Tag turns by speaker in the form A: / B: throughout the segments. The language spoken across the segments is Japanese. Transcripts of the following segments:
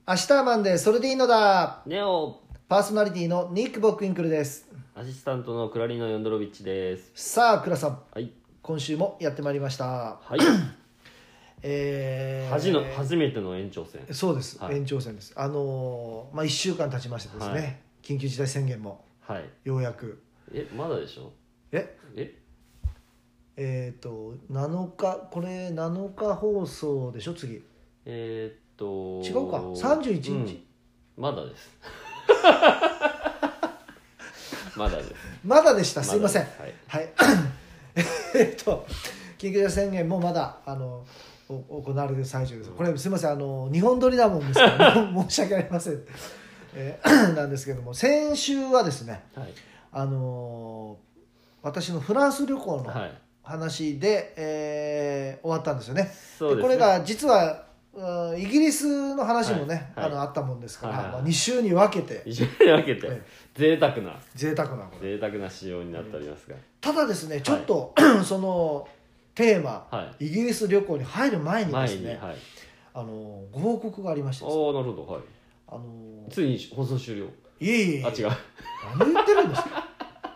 A: 明日はマンデー、それでいいのだ。
B: ネオ
A: パーソナリティのニック・ボックインクルです。
B: アシスタントのクラリノ・ヨンドロビッチです。
A: さあ、クラさん、
B: はい
A: 今週もやってまいりました。
B: はい初めての延長戦。
A: そうです、
B: はい、
A: 延長戦です。1週間経ちましてですね、はい、緊急事態宣言も、はい、ようやく
B: まだでしょ。
A: 7日、これ7日放送でしょ、次。違うか、31日、
B: まだですまだです。
A: まだでした、すいません。
B: はい、
A: はい、緊急事態宣言もまだ行われる最中です。これすいません、日本撮りだもんですから申し訳ありません、なんですけども、先週はですね、はい、私のフランス旅行の話で、終わったんですよね。
B: そうですね。
A: でこれが実はイギリスの話もね、はい、あったもんですから、2週に分けて
B: 贅沢な仕様になっておりますが、
A: ただですね、ちょっと、そのテーマ、イギリス旅行に入る前にですね、ご報告がありましてですね。
B: なるほど、はい、ついに放送終了。
A: いえ、
B: 違う、
A: 何言ってるんですか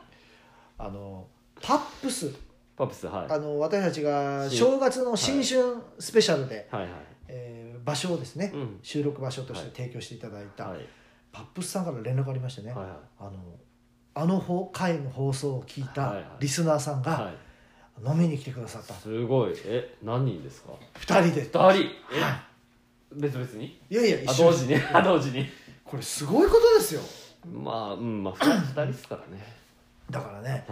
A: パップス、
B: はい、
A: 私たちが正月の新春スペシャルで、場所をですね、収録場所として提供していただいた、パップスさんから連絡ありましてね、回の放送を聞いたリスナーさんが飲みに来てくださった。
B: すごい。何人ですか
A: ？2人で。
B: 2人、別々に？
A: いや
B: 同時に
A: これすごいことですよ。
B: まあ2人ですからね。
A: だからね、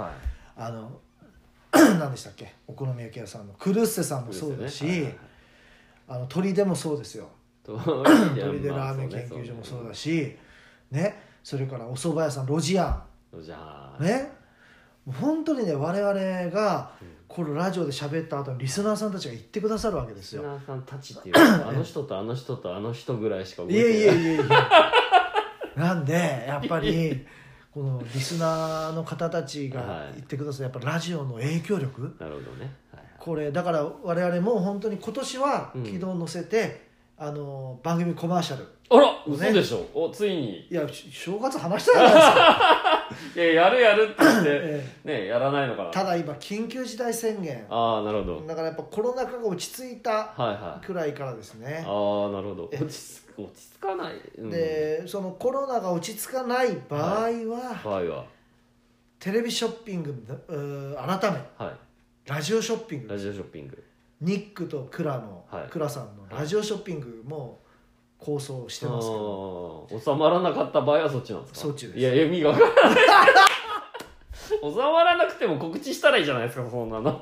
A: 何でしたっけ、お好み焼き屋さんのクルッセさんもそうだし、鳥でもそうですよ。鳥でラーメン研究所もそうだし、ね、それからお蕎麦屋さんロジアンね、本当にね、我々がこのラジオで喋った後にリスナーさんたちが言ってくださるわけですよ。
B: リスナーさんたちっていうのはあの人とあの人とあの人ぐらいしか覚えてない。
A: いやなんでやっぱりこのリスナーの方たちが言ってくださる、やっぱラジオの影響力、
B: なるほどね、
A: これだから我々も本当に今年は軌道に乗せて、番組コマーシャル、
B: 嘘でしょ。ついに。
A: いや、正月話したじゃないですか
B: やるって言ってね、やらないのかな。
A: ただ今緊急事態宣言、
B: なるほど。
A: だからやっぱコロナ禍が落ち着いたくらいからですね、
B: なるほど。落ち着かない、
A: でそのコロナが落ち着かない場合は、テレビショッピング改め、ラジオショッピング、ニックとクラさんのラジオショッピングも構想してますけど、
B: 収まらなかった場合はそっちなんですか？
A: そっちです。
B: いや意味が分からない収まらなくても告知したらいいじゃないですか、そんなの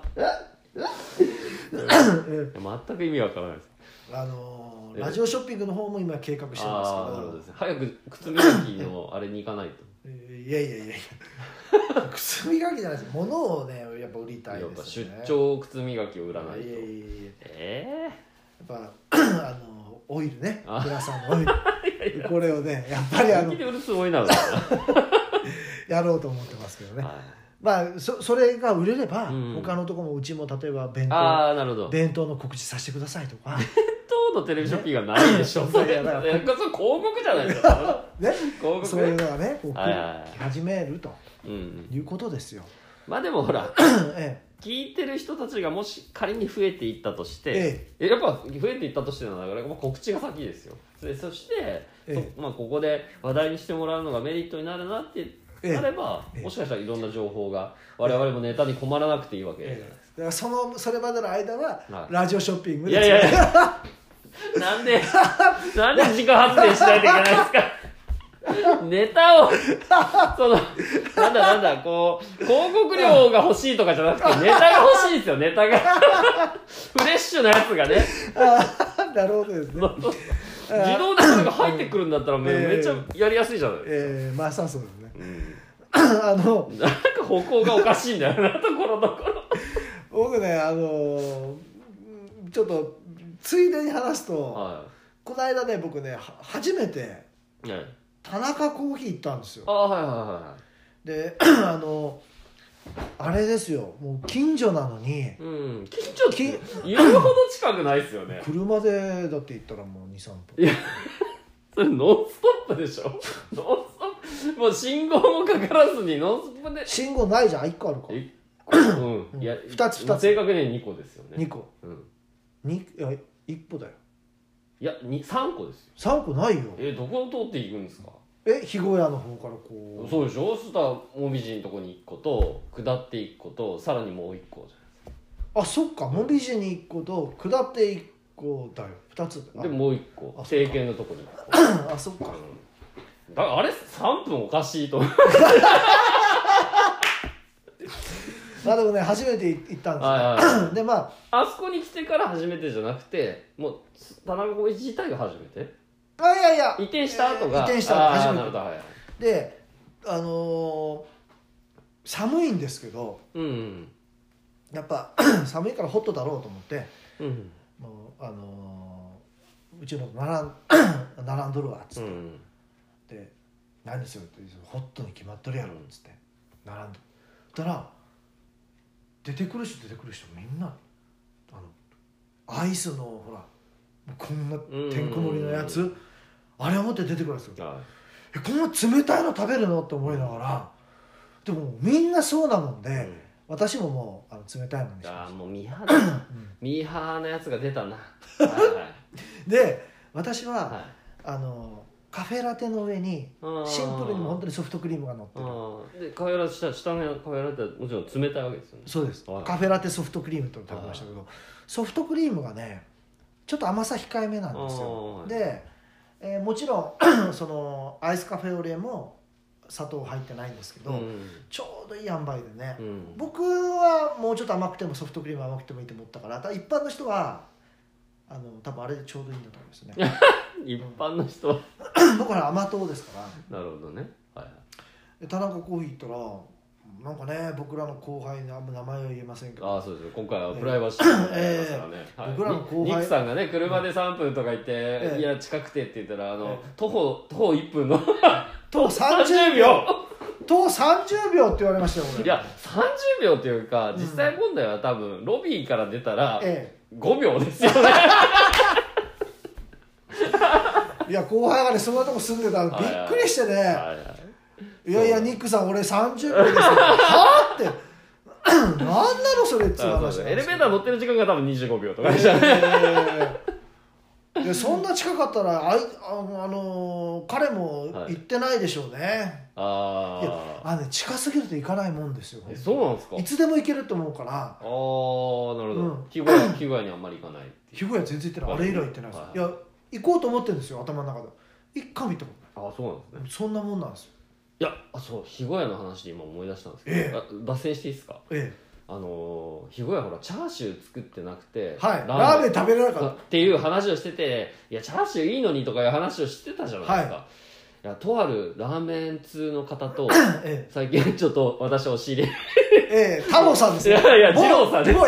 B: 全く意味わからないです。
A: ラジオショッピングの方も今計画してるんですけど、
B: なるほどですね。早く靴磨きのあれに行かないと
A: いや靴磨きじゃないです。物をね、やっぱ売りたいですね。
B: 出張靴磨きを売らないと。
A: やっぱオイルね、クラさんのオイルこれをね、やっぱり
B: 売るつもりなの
A: やろうと思ってますけどね、それが売れれば、他のところもうちも例えば弁当の告知させてくださいとか。
B: 弁当のテレビショッピングがないでしょそれ広告じゃないですか
A: ね、そういうのがね、始めるということですよ。
B: でもほら聞いてる人たちがもし仮に増えていったとして、やっぱ増えていったとしてのだから告知が先ですよ。そして、ここで話題にしてもらうのがメリットになるなってなれば、もしかしたらいろんな情報が我々もネタに困らなくていいわけじゃないですか。
A: だからそれまでの間はラジオショッピング
B: ですよ。なんで自家発電しないといけないですかネタをなんだこう広告料が欲しいとかじゃなくてネタが欲しいですよ。ネタがフレッシュなやつがね
A: なるほどですね
B: 自動でそれが入ってくるんだったらめっちゃやりやすいじゃないですか。
A: まあそうですね、
B: なんか歩行がおかしいんだよなところ
A: 僕ね、ちょっとついでに話すと、この間ね、僕ね初めて田中コーヒー行ったんですよ。であれですよ、もう近所なのに、
B: 近所って言うほど近くないですよね。
A: 車でだって行ったらもう 2,3 分。
B: それノンストップでしょノンストップもう信号もかからずにノンストップで
A: 信号ないじゃん、1個あるか。
B: うん、いや
A: 2つ
B: 正確には2個ですよね。
A: 2個、いや1個だよ。
B: いや3個ですよ。
A: 3個ないよ。
B: どこを通っていくんですか。
A: 肥後屋の方からこう。
B: そうでしょ。そしたらもみじのとこに1個と下って1個とさらにもう1個じゃないですか。
A: あ、そっか、もみじに1個と下って1個だよ。2つ
B: でもう1個政権のとこに1
A: 個あ、そっか、
B: だからあれ3分おかしいと思う
A: まあでもね、初めて行ったんですよ。でま
B: あそこに来てから初めてじゃなくて、もう田中浩一自体が初めて。
A: いやいや、
B: 移転した後が、
A: 移転した後初めて。
B: なるほど、はい、
A: で寒いんですけど、やっぱ寒いからホットだろうと思って、もううちの並んどるわっつって、で何するってホットに決まっとるやろっつって並んでたら、出てくる人みんなアイスのほらこんなてんこ盛りのやつ、あれを持って出てくるんですよ。こんな冷たいの食べるのって思いながら、でもみんなそうなもんで、私ももう冷たいのにしました。
B: もうミーハーだミーハーなやつが出たな
A: で私は、カフェラテの上にシンプルにも本当にソフトクリームが乗ってる。
B: でカフェラテ下のカフェラテはもちろん冷たいわけですよね。
A: そうです、カフェラテソフトクリームってのを食べましたけど、ソフトクリームがねちょっと甘さ控えめなんですよ。で、もちろんそのアイスカフェオレも砂糖入ってないんですけど、ちょうどいい塩梅でね、僕はもうちょっと甘くてもソフトクリーム甘くてもいいと思ったから、一般の人は多分あれでちょうどいいんだと思いますね
B: 一般の人は
A: 僕は甘党ですから。
B: なるほどね。
A: で田中コーヒー行ったらなんかね、僕らの後輩にあんま名前は言えませんけど、
B: そうですよ、今回はプライバシーがありますからね、
A: 僕らの後輩
B: ニックさんがね車で3分とか行って、いや近くてって言ったら徒歩1分の
A: 徒歩30秒徒歩30秒って言われましたよ俺。
B: いや30秒っていうか、実際問題は多分ロビーから出たら5秒ですよね
A: いや後輩がねそんなとこ住んでたらびっくりしてね、いやいやニックさん俺30秒ですよはぁってなんなのそれって話。
B: エレベーター乗ってる時間が多分25秒とかでしたね
A: でそんな近かったら彼も行ってないでしょうね。いやね、近すぎると行かないもんですよ。
B: そうなんですか。
A: いつでも行けると思うから。
B: なるほど。日小屋にあんまり行かない。
A: 日小屋全然行ってない。あれ以来行ってないです。いや行こうと思ってるんですよ、頭の中で。一回も行ったことない。
B: そうなんですね。
A: そんなもんなんですよ。
B: いやそう、日小屋の話で今思い出したんですけど、脱線していいですか。日小屋ほらチャーシュー作ってなくて、
A: ラーメン食べれなかった
B: っていう話をしてて、いやチャーシューいいのにとかいう話をしてたじゃないですか。いやとあるラーメン通の方と最近ちょっと私お知り
A: 太郎さんですね。
B: いや二郎さんです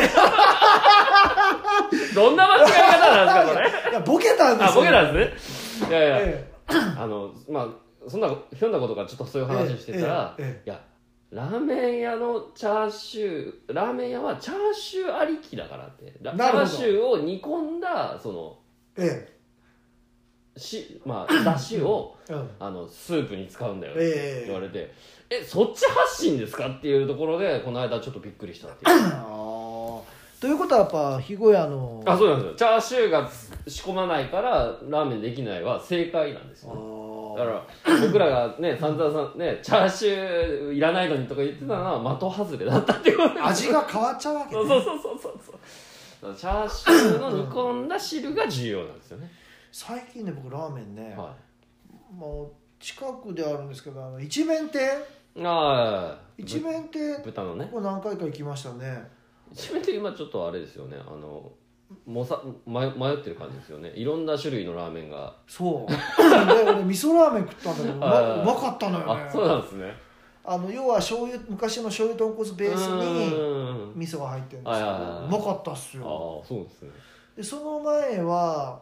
B: どんな間違い方なんですかそれ。
A: いやボケたんですよ。
B: ボケたんですね。いやいやまあそんなひょんなことからちょっとそういう話をしてたら、いやラーメン屋のチャーシュー、ラーメン屋はチャーシューありきだからって、チャーシューを煮込んだそのだしをスープに使うんだよって言われて、そっち発信ですかっていうところでこの間ちょっとびっくりしたっていう。
A: ということはやっぱ日小屋の
B: そうなんですよ。チャーシューが仕込まないからラーメンできないは正解なんですよ。だから僕らがね散々ねチャーシューいらないのにとか言ってたのは的外れだったっていうことです。
A: 味が変わっちゃうわけね。
B: そうチャーシューの煮込んだ汁が重要なんですよね。
A: 最近ね僕ラーメンね、もう近くであるんですけど一面店一面店
B: 豚のね
A: ここ何回か行きましたね。
B: 一面店今ちょっとあれですよね、迷ってる感じですよね。いろんな種類のラーメンが。そう
A: で俺味噌ラーメン食ったんだけどうまかったのよね。
B: そうなんですね。
A: 要は昔の醤油豚骨ベースに味噌が入ってるんですけどうまかったっすよ。
B: そうですね。
A: でその前は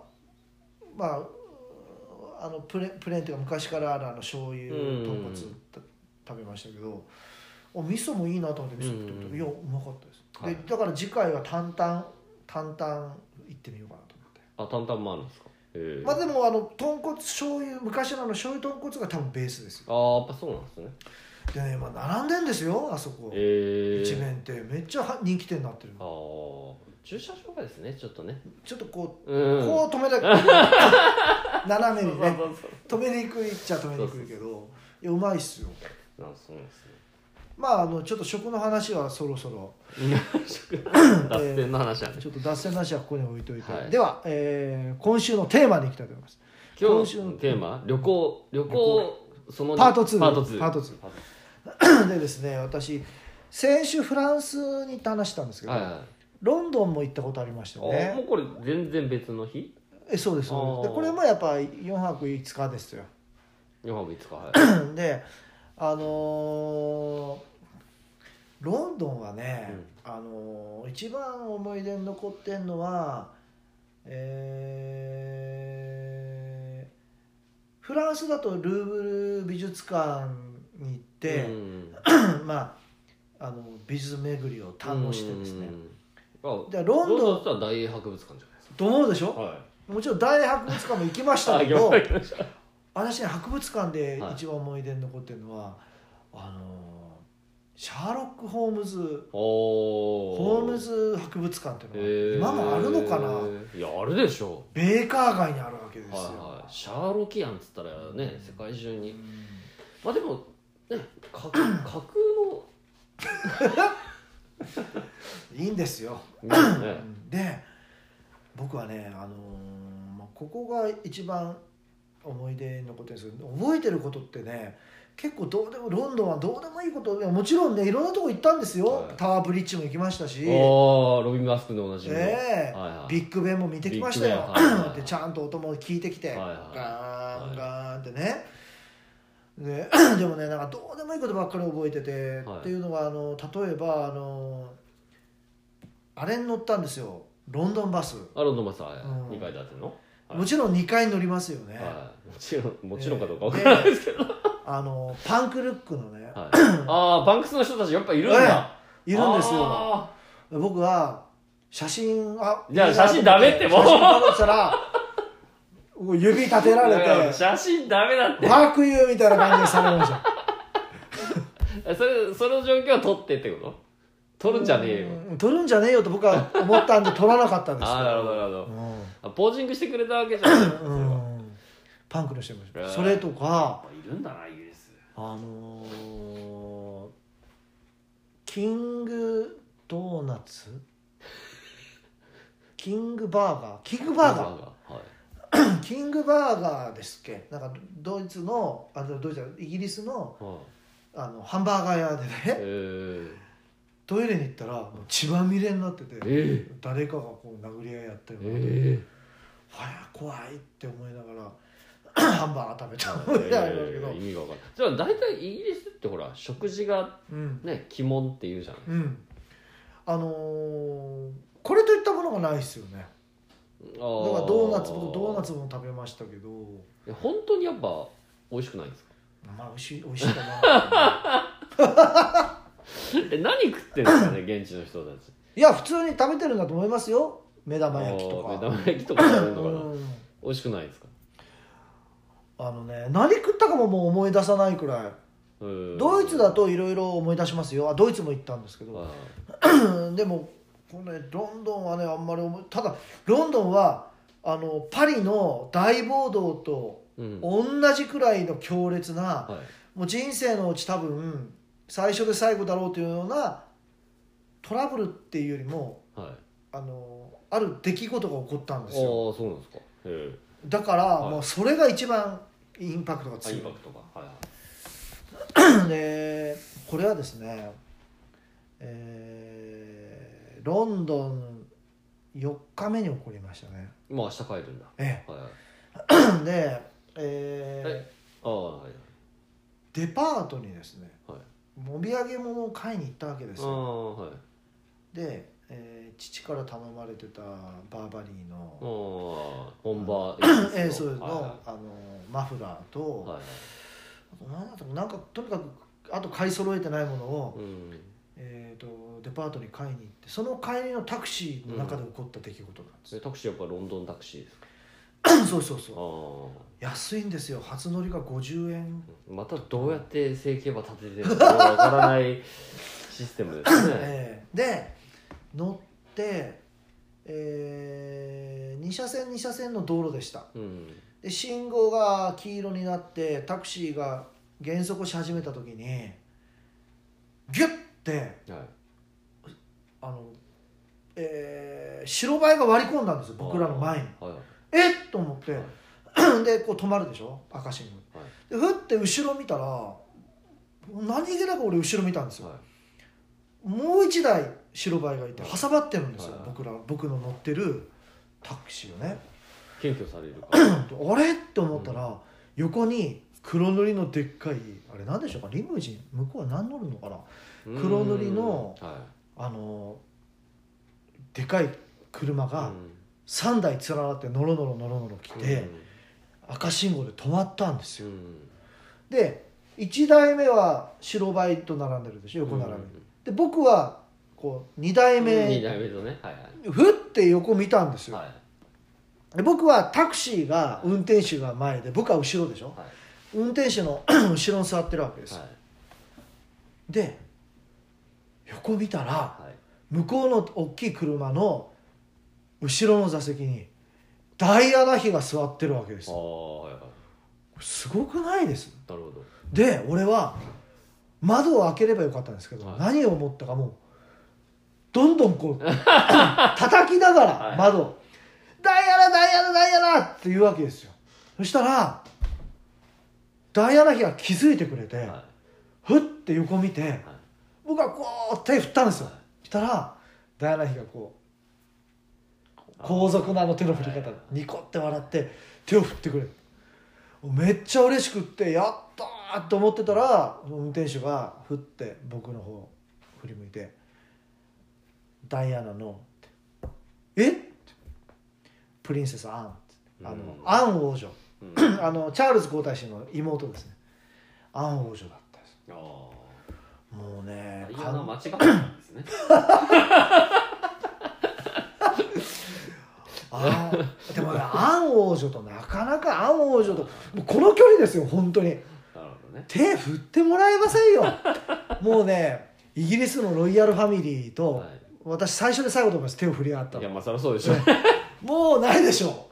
A: プレーンっていうか昔からある醤油豚骨食べましたけど、味噌もいいなと思って味噌食っていやうまかったです。でだから次回は担々行ってみようかなと思って。
B: 担々もあるんですか。
A: まあでも豚骨醤油、昔の醤油豚骨が多分ベースですよ。
B: ああ、やっぱそうなんですね。
A: でね、まあ、並んでんですよ、あそこ、一面ってめっちゃ人気店になってる。
B: 駐車場がですね、ちょっとね、
A: ちょっとこう止めた斜めにね止めにくいっちゃ止めにくいけど、いやうまいっすよ。
B: そうなんですね。
A: まあちょっと食の話はそろそろ
B: 脱線の話はね、
A: ちょっと脱線の話はここに置いといて、はい、では、今週のテーマに行きたいと思います。
B: 今週のテーマ、旅行その
A: パート2でですね、私先週フランスに行って話したんですけど、はいはい、ロンドンも行ったことありましたよね。
B: もうこれ全然別の日？
A: そうです。でこれもやっぱ4泊5日ですよ。
B: 4泊5日、はい
A: でロンドンはね、一番思い出に残ってんのは、フランスだとルーブル美術館に行って、まあ美術巡りを堪能してですね。
B: でロンドンとは大英博物館じゃないですか。
A: と思うでしょ、はい、もちろん大英博物館も行きましたけど私ね、博物館で一番思い出に残ってるのは、シャーロック・ホームズ博物館っていうのは今もあるのかな。
B: いや、あるでしょう。
A: ベーカー街にあるわけですよ、
B: はい、シャーロキアンっつったらね、世界中に、まあでもね、架空の
A: いいんですよ、で僕はね、ここが一番思い出に残ってるんですけど、覚えてることってね、結構どうでも、ロンドンはどうでもいいこと、もちろんね、いろんなとこ行ったんですよ、はい、タワーブリッジも行きましたし、
B: ロビン・マスクの同じ、
A: ビッグベンも見てきましたよ、でちゃんと音も聞いてきて、ガーンガーンってね、でもね、なんかどうでもいいことばっかり覚えてて、っていうのが例えばあれに乗ったんですよ、ロンドンバス。
B: ロンドンバスは2階建ての、
A: もちろん2階に乗りますよね、
B: もちろんかどうか分からないですけど、
A: パンクルックのね、
B: パンクスの人たちやっぱいるんだ、
A: いるんですよ。僕は写真
B: じゃあ写真ダメってもう
A: 写真撮ったら指立てられて
B: 写真ダメだって、
A: ファークユーみたいな感じでされました
B: その状況は撮ってってこと？撮るんじゃねえよ、
A: 撮るんじゃねえよと僕は思ったんで撮らなかったんですけど
B: なるほどなるほど、ポージングしてくれたわけじゃない
A: パンクの人もいる。それとか
B: いるんだな、イギリス。
A: キングドーナツキングバーガーキングバーガーですっけ、なんかドイツのイギリスの、ハンバーガー屋でね、トイレに行ったらもう血まみれになってて、誰かがこう殴り合いやってるので、怖いって思いながらハンバーガー食べた思い出ありますけど、
B: 意味が分かんない。じゃあ大体イギリスってほら食事がね、鬼門って言うじゃないですか、
A: これといったものがないですよね。だから僕ドーナツも食べましたけど、
B: 本当にやっぱ美味しくないんですか？
A: まあ美味しいか
B: な何食ってるんですかね、現地の人たち。
A: いや、普通に食べてるんだと思いますよ。目玉焼きとか。
B: 目玉焼きとか食べるのかな美味しくないですか？
A: 何食ったかももう思い出さないくらい。ドイツだといろいろ思い出しますよ。ドイツも行ったんですけどでもこの、ロンドンはね、あんまりただロンドンはパリの大暴動と同じくらいの強烈な、もう人生のうち多分最初で最後だろうというようなトラブルっていうよりも、ある出来事が起こったんですよ。
B: そうなんですか。
A: だから、もうそれが一番インパクトが強い。でこれはですね、ロンドン4日目に起こりましたね。
B: もう明日帰るんだ。
A: で、デパートにですね、お土産物を買いに行ったわけですよ。で、父から頼まれてたバーバリーの
B: 本場
A: そうのマフラーと、なんかとにかくあと買い揃えてないものを、デパートに買いに行って、その帰りのタクシーの中で起こった出来事なんです。
B: タクシーやっぱロンドンタクシーですか？
A: そうそうそう、安いんですよ。初乗りが50円。
B: またどうやって成形馬立ててるのかわからないシステムですね。
A: で乗って、2車線2車線の道路でした、で信号が黄色になってタクシーが減速し始めた時にギュッて、白バイが割り込んだんですよ、僕らの前に。えっと思って、でこう止まるでしょ、赤信号で。ふって後ろ見たら、何気なく俺後ろ見たんですよ、もう一台白バイがいて挟まってるんですよ、僕の乗ってるタクシーをね。
B: 検挙されるから
A: あれって思ったら、横に黒塗りのでっかい、あれ何でしょうか、リムジン、向こうは何乗るのかな、黒塗りの、でかい車が3台連なってノロノロノロノロ来て、赤信号で止まったんですよ。で1台目は白バイと並んでるでしょ、横並びで、僕はこう2台目
B: とね、
A: ふって横見たんですよ、で僕はタクシーが運転手が前で僕は後ろでしょ、運転手の後ろに座ってるわけですよ、で横見たら、向こうの大きい車の後ろの座席にダイアナ妃が座ってるわけですよ。すごくないです？
B: なるほど。
A: で俺は窓を開ければよかったんですけど、何を思ったか、もうどんどんこう叩きながら窓を、ダイアナダイアナダイアナって言うわけですよ。そしたらダイアナ妃が気づいてくれて、ふって横見て、僕はこう手振ったんですよ。そしたらダイアナ妃がこう皇族の手の振り方でニコって笑って手を振ってくれる。めっちゃ嬉しくって、やったーと思ってたら、運転手がふって僕の方振り向いて、ダイアナのプリンセスアン、アン王女、チャールズ皇太子の妹ですね、アン王女だったです。もうね、
B: ダイアナ間違ったんですね
A: でもね、アン王女となかなか、アン王女ともうこの距離ですよ、本当に。手振ってもらえませんよもうね、イギリスのロイヤルファミリーと、私最初で最後と思います、手を振り合ったの。
B: いや、まあそりゃそうでしょ
A: もうないでしょ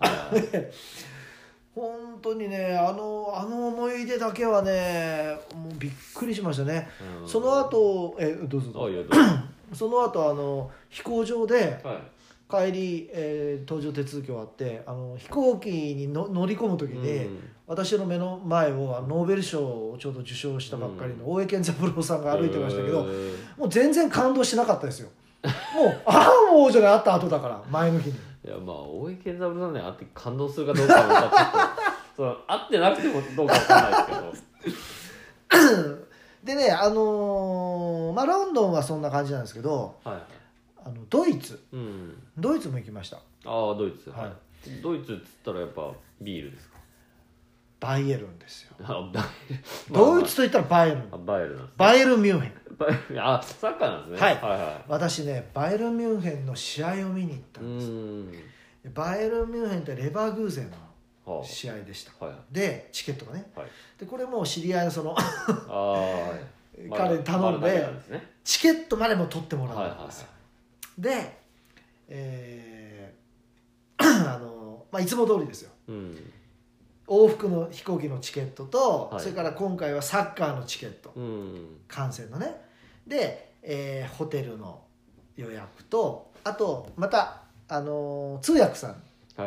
A: 本当にね、あの思い出だけはね、もうびっくりしましたね。その後どうぞどうぞその後飛行場で、帰り、搭乗手続き終わって、飛行機に乗り込む時に、私の目の前をノーベル賞をちょうど受賞したばっかりの大江健三郎さんが歩いてましたけど、もう全然感動しなかったですよ。もうアン王女で会った後だから、前の日に。
B: いや、まあ大江健三郎さんに会って感動するかどうかはちょっと会ってなくてもどうか分かんないですけど
A: でね、ロンドンはそんな感じなんですけど、ドイツも行きました。
B: ドイツ、ドイツっつったらやっぱビールですか？
A: バイエルンですよドイツといったらバイエルン、バイエルンミュンヘン。
B: サッカーなんですね。
A: 私ね、バイエルンミュンヘンの試合を見に行ったんです。バイエルンミュンヘンってレバーグーゼンの試合でした、でチケットがね、でこれもう知り合いのその彼に頼んで、チケットまでも取ってもらうんですよ。で、いつも通りですよ、往復の飛行機のチケットと、それから今回はサッカーのチケット、観戦のね、で、ホテルの予約と、あとまた通訳さん、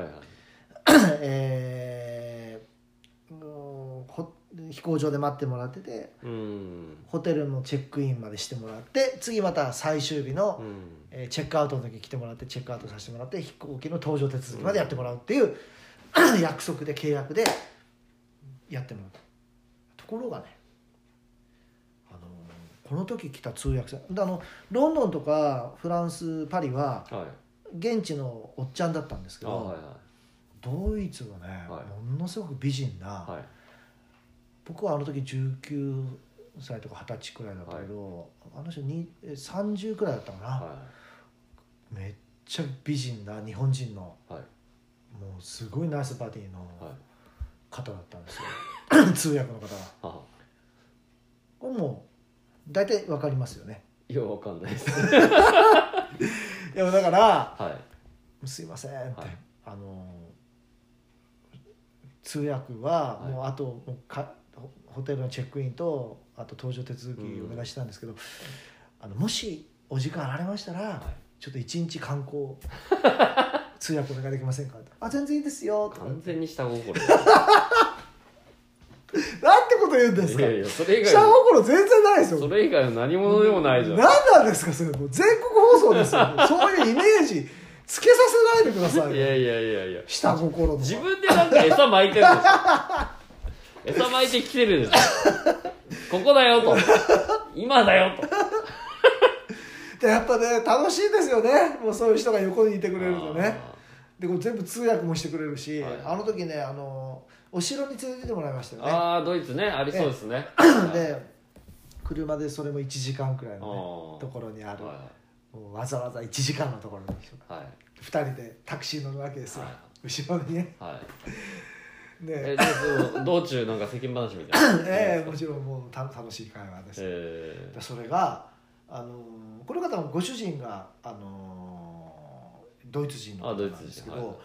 A: 飛行場で待ってもらってて、ホテルのチェックインまでしてもらって、次また最終日の、チェックアウトの時来てもらって、チェックアウトさせてもらって、飛行機の搭乗手続きまでやってもらうっていう約束で、契約でやってもらった。ところがね、この時来た通訳さんで、ロンドンとかフランス、パリは現地のおっちゃんだったんですけど、ドイツはね、ものすごく美人な、僕はあの時19歳とか20歳くらいだったけど、あの人30くらいだったかな、めっちゃ美人な日本人のうすごいナイスバディの方だったんですよ、通訳の方が。これもう大体わかりますよね。
B: いやわかんないです
A: いやだから、
B: はい、
A: すいませんって、
B: はい、
A: 通訳はもうあともうホテルのチェックインとあと搭乗手続きお願いしたんですけど、もしお時間あられましたら、はい、ちょっと1日観光通訳お願いできませんかって。あ、全然いいですよ。
B: 完全に下心
A: なんてこと言うんですか。
B: いやいや、それ以外
A: 下心全然ないですよ。
B: それ以外の何者でもないじゃん。
A: 何なんですかそれ。もう全国放送ですよ。そういうイメージつけさせないでください。
B: いやいやいやいや、
A: 下心とか
B: 自分でなんか餌巻いてるんですよ餌巻いてきてるんですよここだよと今だよと
A: でやっぱね楽しいですよね。もうそういう人が横にいてくれるとね。でこれ全部通訳もしてくれるし、はい、あの時ねお城に連れてってもらいましたよね。
B: ああドイツね、ありそうですね。
A: で車でそれも1時間くらいの、ね、ところにある、はい、もうわざわざ1時間のところに、はい、2人でタクシー乗るわけですよ、はい、後ろにね、はい、
B: で道中なんか世間話みたいな
A: もちろんもう楽しい会話です、でそれがこの方もご主人がドイツ人の方なんですけど、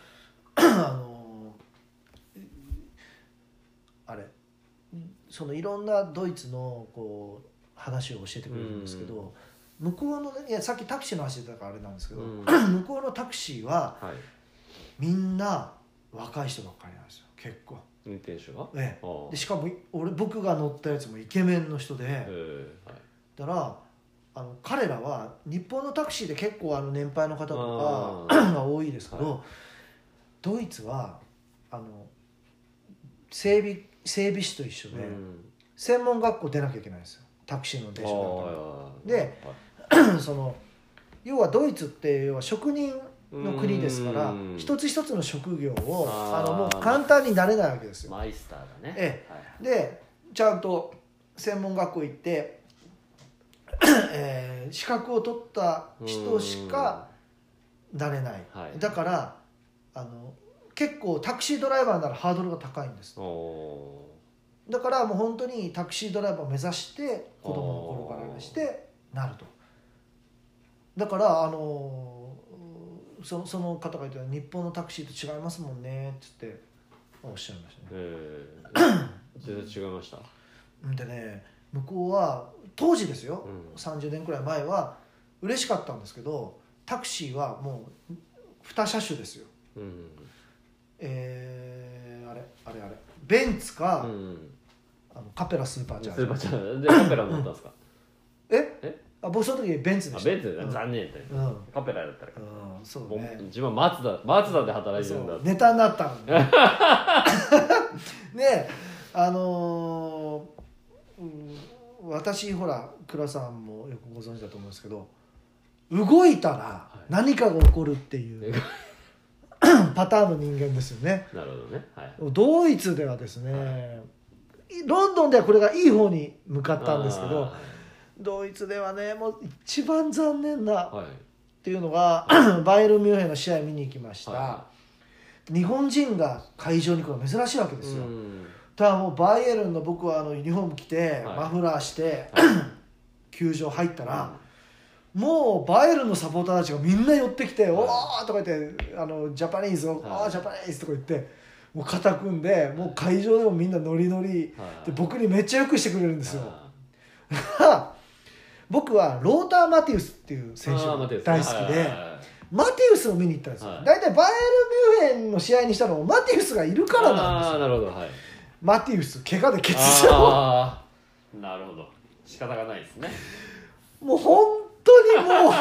A: あれそのいろんなドイツのこう話を教えてくれるんですけど、向こうのね、いやさっきタクシーの話だからあれなんですけど、向こうのタクシーは、はい、みんな若い人ばっかりなんですよ結構。
B: 運転手が、
A: でしかも僕が乗ったやつもイケメンの人で、はい、だから彼らは日本のタクシーで結構年配の方とかが多いですけど、はい、ドイツは整備士と一緒で、専門学校出なきゃいけないんですよタクシーの運転手だったら。でその要はドイツって要は職人の国ですから一つ一つの職業をもう簡単になれないわけですよ。
B: マイスターだね。
A: でちゃんと専門学校行って資格を取った人しかなれない、はい、だから結構タクシードライバーならハードルが高いんです。だからもう本当にタクシードライバーを目指して子供の頃からしてなると。だからその方が言ってた日本のタクシーと違いますもんねって言っておっしゃいましたね。
B: 全然違いました。
A: でね向こうは当時ですよ、30年くらい前は嬉しかったんですけどタクシーはもう2車種ですよ、あれベンツか、カペラスーパーチャージャー
B: でカペラ乗ったんですか？
A: 僕その時ベンツでした。
B: ベンツで残念だよ、カペラだったら、
A: そうね、
B: 自分はマツダで働いてるんだって。
A: ネタになったのねで私ほら倉さんもよくご存知だと思うんですけど動いたら何かが起こるっていう、パターンの人間ですよね。
B: なるほどね、はい、
A: ドイツではですね、ロンドンではこれがいい方に向かったんですけど、ドイツではねもう一番残念なっていうのが、バイエルンミュンヘンの試合見に行きました、日本人が会場に来るの珍しいわけですよ。ただもうバイエルンの僕はユニフォーム着て、マフラーして、球場入ったら、もうバイエルンのサポーターたちがみんな寄ってきて、おーとか言ってジャパニーズを、ジャパニーズとか言ってもう肩組んで、もう会場でもみんなノリノリで僕にめっちゃよくしてくれるんですよ。僕はローター・マティウスっていう選手が大好きで、マティウスを見に行ったんですよ。大体バイエルンミュンヘンの試合にしたのもマティウスがいるからなんですよ。
B: なるほど、はい、
A: マティウス怪我で欠場。
B: なるほど、仕方がないですね。
A: もう本当にも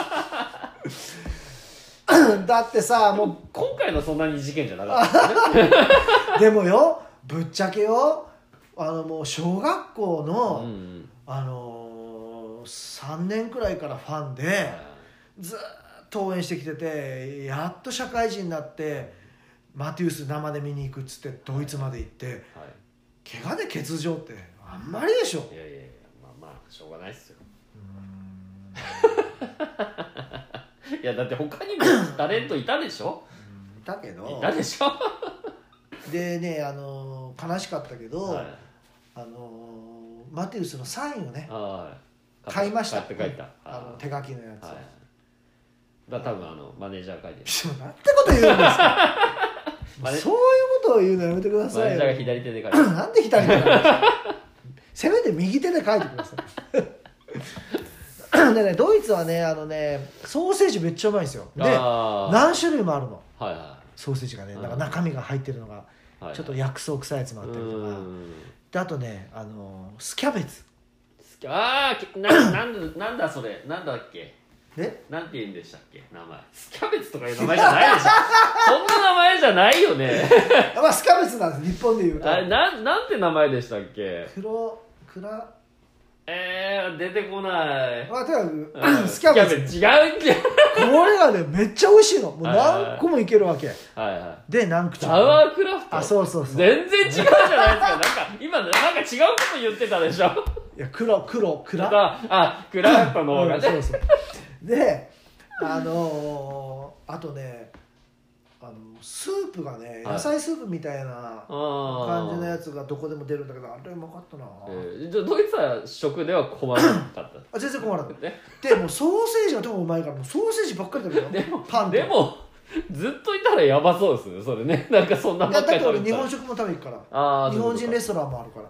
A: うだってさ、もう
B: 今回のそんなに事件じゃなかったね
A: でもよ、ぶっちゃけよ、もう小学校の、3年くらいからファンでずっと応援してきてて、やっと社会人になってマティウス生で見に行くっつってドイツまで行って、怪我で欠場ってあんまりでしょ。
B: いやまあしょうがないっすよ。いやだって他にもタレントいたでしょ。
A: たけど
B: いたでしょ
A: でね悲しかったけど、はい、マテウスのサインをね買いました。
B: 書いた
A: 手書きのやつ、はい、
B: だ多分マネージャー書いて
A: る。なんてこと言うんですかそういうことを言うのやめてくださいよ。
B: マネージャーが左手で書いてる
A: なんで左手なんですかせめて右手で書いてくださいでね、ドイツはねソーセージめっちゃうまいんですよ。で何種類もあるの、はいはい、ソーセージがね、なんか中身が入ってるのがちょっと薬草臭いやつもあったりとか、であとねスキャベツ、
B: なんだそれ、なんだっけ、なんて言うんでしたっけ、名前。スキャベツとかいう名前じゃないでしょそんな名前じゃないよね
A: まあスキャベツなんです、日本でいうと。
B: あれなんて名前でしたっけ。出てこない。
A: まあとにかくスキャベツ。
B: 違うっけ
A: これがねめっちゃ美味しいの。もう何個もいけるわけ。はいはい。で何口。
B: サワークラフト。
A: そう全
B: 然違うじゃないですか。なんか今なんか違うこと言ってたでしょ。
A: いやクラフ
B: トの方がね。
A: そうであとねスープがね、野菜スープみたいな感じのやつがどこでも出るんだけど、あれうまかったな。
B: じゃあドイツは食では困らなかった
A: 全然困らなかった。でもソーセージがともうまいからもうソーセージばっかり食べるよ。パン
B: でもずっといたらやばそうですねそれね。なんかそんなばっかり食べてたら。だって俺日
A: 本食も食べに行くから日本人レストランもあるから。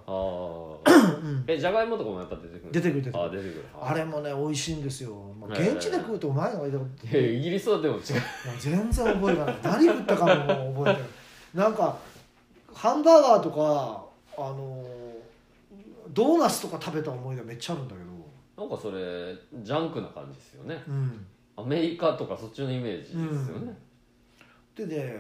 B: じゃがいもとかもやっぱ出てくる。出てくる。
A: あれもね美味しいんですよ。現地で食うとうまいのがいいだろ。
B: イギリスはでも違う。
A: 全然覚えがない。何食ったかも覚えてない。なんかハンバーガーとかドーナツとか食べた思い出めっちゃあるんだけ
B: ど。なんかそれジャンクな感じですよね。アメリカとかそっちのイメージですよね。
A: でね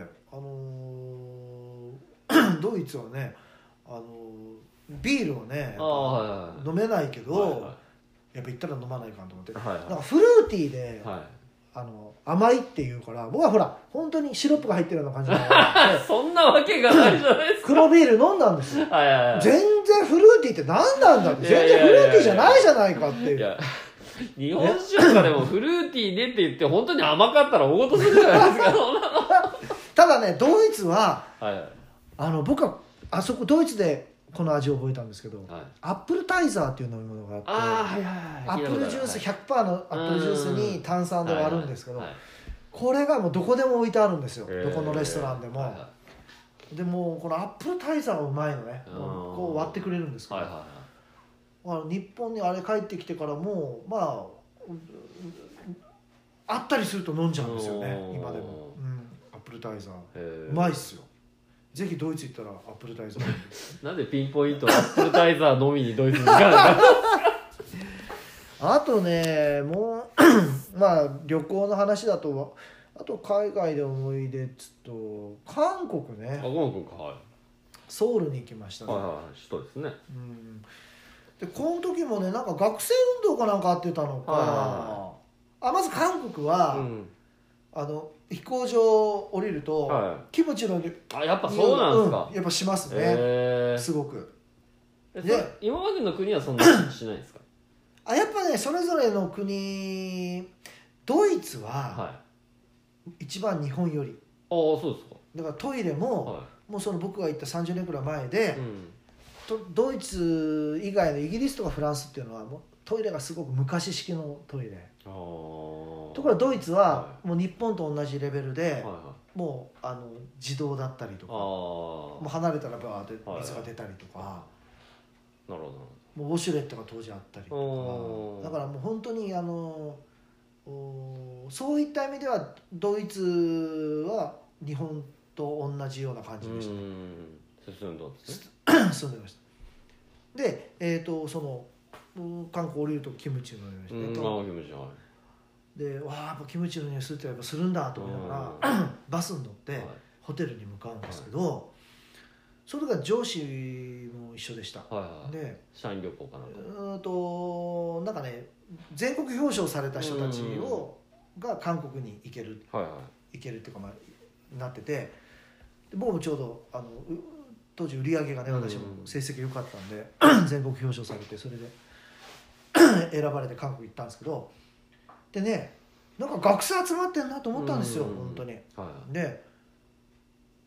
A: ドイツはねビールをね飲めないけど、やっぱ行ったら飲まないかんと思って、なんかフルーティーで、甘いっていうから、僕はほら本当にシロップが入ってるような感じで
B: そんなわけがないじゃないですか。
A: 黒ビール飲んだんですよ。全然フルーティーって何なんだって、全然フルーティーじゃないじゃないかっていう。
B: 日本酒とかでもフルーティーでって言って本当に甘かったら大事するじゃないですか
A: ただねドイツは、僕はあそこドイツでこの味を覚えたんですけど、アップルタイザーっていう飲み物があって、アップルジュース 100% のアップルジュースに炭酸で割るんですけど、これがもうどこでも置いてあるんですよ、どこのレストランでも。でもこのアップルタイザーがうまいのね、こう割ってくれるんですけど、日本にあれ帰ってきてからもまああったりすると飲んじゃうんですよね今でも。アップルタイザーうまいっすよ。ぜひドイツ行ったらアップルタイザー
B: なんでピンポイントアップルタイザー飲みにドイツに行かないか
A: あとねもうまあ旅行の話だと、あと海外で思い出っつと韓国ね。
B: 韓国
A: ソウルに行きましたね。
B: 首都ですね。
A: でこの時もねなんか学生運動かなんかあってたのか、まず韓国は、飛行場降りると、キムチの
B: やっぱそうなんですか。
A: やっぱしますね、すごく。
B: で今までの国はそんなにしないですか
A: やっぱねそれぞれの国、ドイツは、一番日本より。
B: そうですか。
A: だからトイレも、もうその僕が行った30年くらい前で、ドイツ以外のイギリスとかフランスっていうのはもうトイレがすごく昔式のトイレ。ところがドイツはもう日本と同じレベルで、もう自動だったりとか、もう離れたらバーって水が出たりとか、
B: なるほ
A: ど。もうウォシュレットが当時あったりとか、だからもう本当にそういった意味ではドイツは日本と同じような感じでしたね。
B: 住んで
A: ました。でその韓国降りるとキムチの匂いして、でわあやっぱキムチの匂いするってやっぱするんだと思いながらバスに乗ってホテルに向かうんですけど、それが上司も一緒でした。で
B: 社員旅行かなん
A: かなんかね全国表彰された人たちが韓国に行けるっていうかなってて、僕もちょうど当時売り上げがね私も成績良かったんで全国表彰されて、それで選ばれて韓国行ったんですけど、でねなんか学生集まってんなと思ったんですよ本当に。で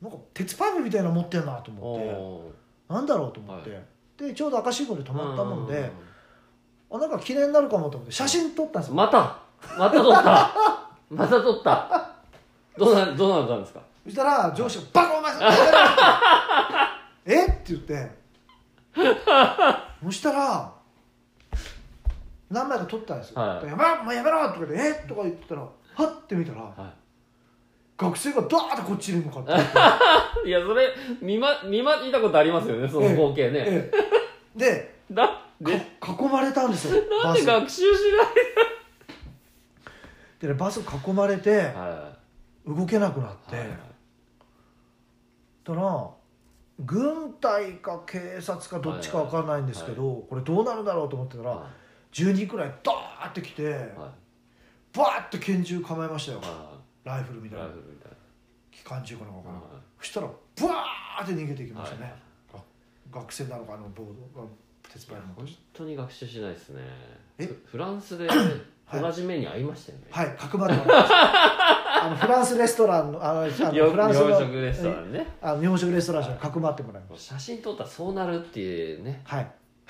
A: なんか鉄パイプみたいなの持ってんなと思ってなんだろうと思って、はい、でちょうど赤信号で止まったもんで、なんか記念になるかもと思って写真撮ったんですよ。
B: また撮ったまた撮ったどうなったんですか。
A: そしたら上司がバカお前さんえって言ってそしたら何枚か撮ったんですよ、はい、やめろとかでとか言ってたらはって見たら、はい、学生がダーッとこっちに向かって
B: いやそれ見たことありますよねその光景ね、
A: で囲まれたんですよ。
B: なんで学習しない
A: で、ね、バス囲まれて、動けなくなって、だから軍隊か警察かどっちか分かんないんですけど、これどうなるんだろうと思ってたら、10人くらいダーって来て、バーって拳銃構えましたよ、ライフルみたいな機関銃かなんかな、そしたらブワーって逃げていきましたね、学生なのかボード鉄パイプ
B: 本当に学習しないですね。フランスで同じ目に遭いましたよね。
A: はい、角張ってもらいましたフランスレストランのフランスの
B: 日本食レストランね、
A: 日本食レストランに角張ってもらいました。
B: 写真撮ったらそうなるっていうね。
A: はい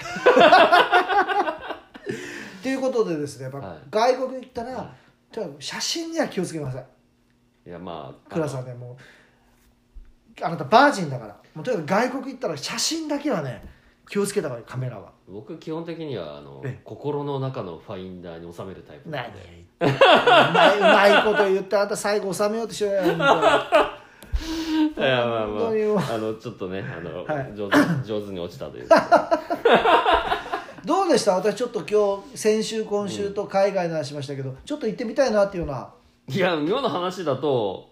A: ということでですね、やっぱ外国行ったら、写真には気をつけなさい。
B: いや
A: 倉さんね、もうあなたバージンだから、もうとにかく外国行ったら写真だけはね気をつけた方がいい。カメラは
B: 僕基本的には心の中のファインダーに収めるタイプなんで。
A: うまいこと言ってあなた最後収めようとしようやん。い
B: やちょっとね上手に落ちたというか
A: どうでした。私ちょっと今日先週今週と海外の話しましたけど、ちょっと行ってみたいなっていうような。
B: いや妙な話だと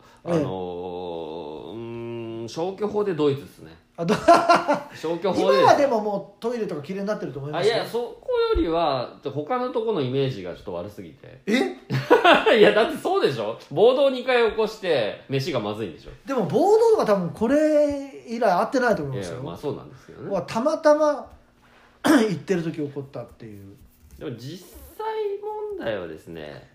B: 消去法でドイツですね。消去法で
A: 今はでももうトイレとか綺麗になってると思いますよ。
B: いやそこよりは他のところのイメージがちょっと悪すぎて。
A: い
B: やだってそうでしょ。暴動2回起こして飯がまずいんでしょ。
A: でも暴動とか多分これ以来会ってないと思いますよ。
B: いやそうなんですけどね。
A: たまたま行ってる時起こったっていう。
B: でも実際問題はですね、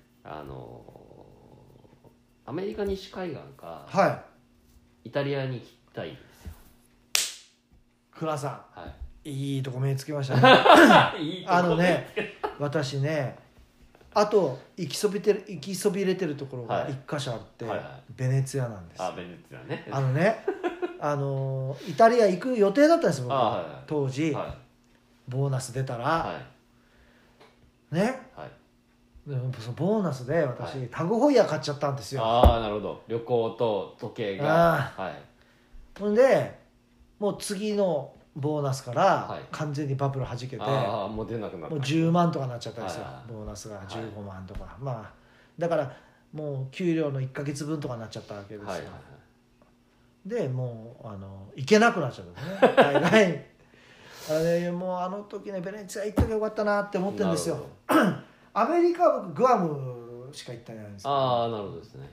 B: アメリカ西海岸か、イタリアに行きたいんですよ。
A: 倉さん、いいとこ目つけましたね。
B: いい
A: 私ね、あと行きそびれてるところが1箇所あって、ベネツィアなんです。
B: ベネツィアね。
A: イタリア行く予定だったんですよ、僕当時、ボーナス出たら、ね、でもそのボーナスで私、タグホイヤー買っちゃったんですよ。
B: なるほど。旅行と時計が。
A: ほんでもう次のボーナスから完全にバブルはじけて、
B: もう出なくなった。
A: もう10万とかなっちゃったんですよ、ボーナスが15万とか、だからもう給料の1ヶ月分とかになっちゃったわけですよ、でもう行けなくなっちゃったんですね海外もうあの時ねベネチア行っときゃよかったなって思ってるんですよ。アメリカは僕グアムしか行ってないんですけど。
B: なるほどですね。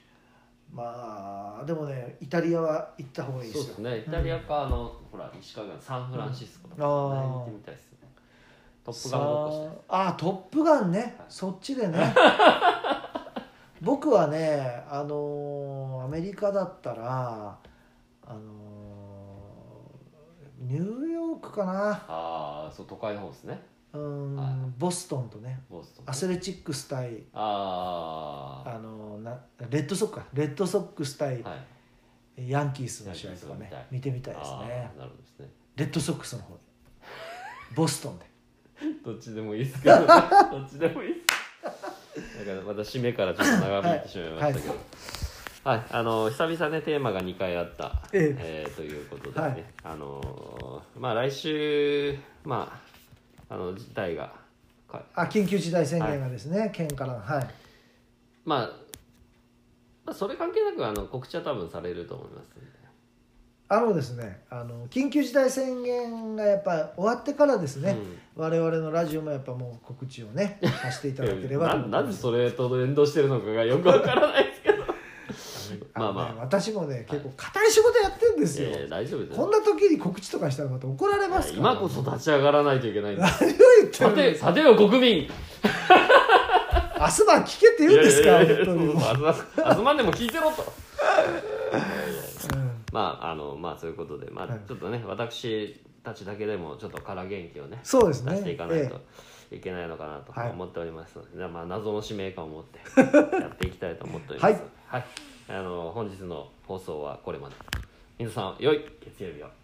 A: でもねイタリアは行った方がいいですよ。
B: そうですね。イタリアかほら西海岸サンフランシスコとか行ってみたいですね。トップガンごっこして。トップガンね、そっちでね。僕はねアメリカだったらニューヨークかな。 そう都会の方ですね。
A: ボストンとね、アスレチックス対レッドソックス対ヤンキースの試合とかね見てみたいですね。
B: なるほどですね。
A: レッドソックスの方でボストンで
B: どっちでもいいですけど、どっちでもいいです。だからまた締めからちょっと長引いてしまいましたけど、久々ねテーマが2回あった、ということでね、来週事態が
A: 緊急事態宣言がですね、県から
B: それ関係なく告知は多分されると思いますので。
A: ですね緊急事態宣言がやっぱ終わってからですね、我々のラジオもやっぱもう告知をねさせていただければ
B: なんでそれと連動してるのかがよくわからないですけど
A: 私もね結構固い仕事やってるんですよ。
B: 大丈夫です。
A: こんな時に告知とかしたらまた怒られますから。
B: 今こそ立ち上がらないといけないんです。
A: 何を言ってるんですか。
B: さてよ国民、
A: 明日晩聞けって言うんですか。本当に
B: 明日晩でも聞いてろと。 まあそういうことで、まあ、ちょっとね、私たちだけでもちょっとから元気をね、
A: そうですね、
B: 出していかないといけないのかなと思っておりますので、まあ、謎の使命感を持ってやっていきたいと思っております。はい、本日の放送はこれまで。皆さん良い月曜日を。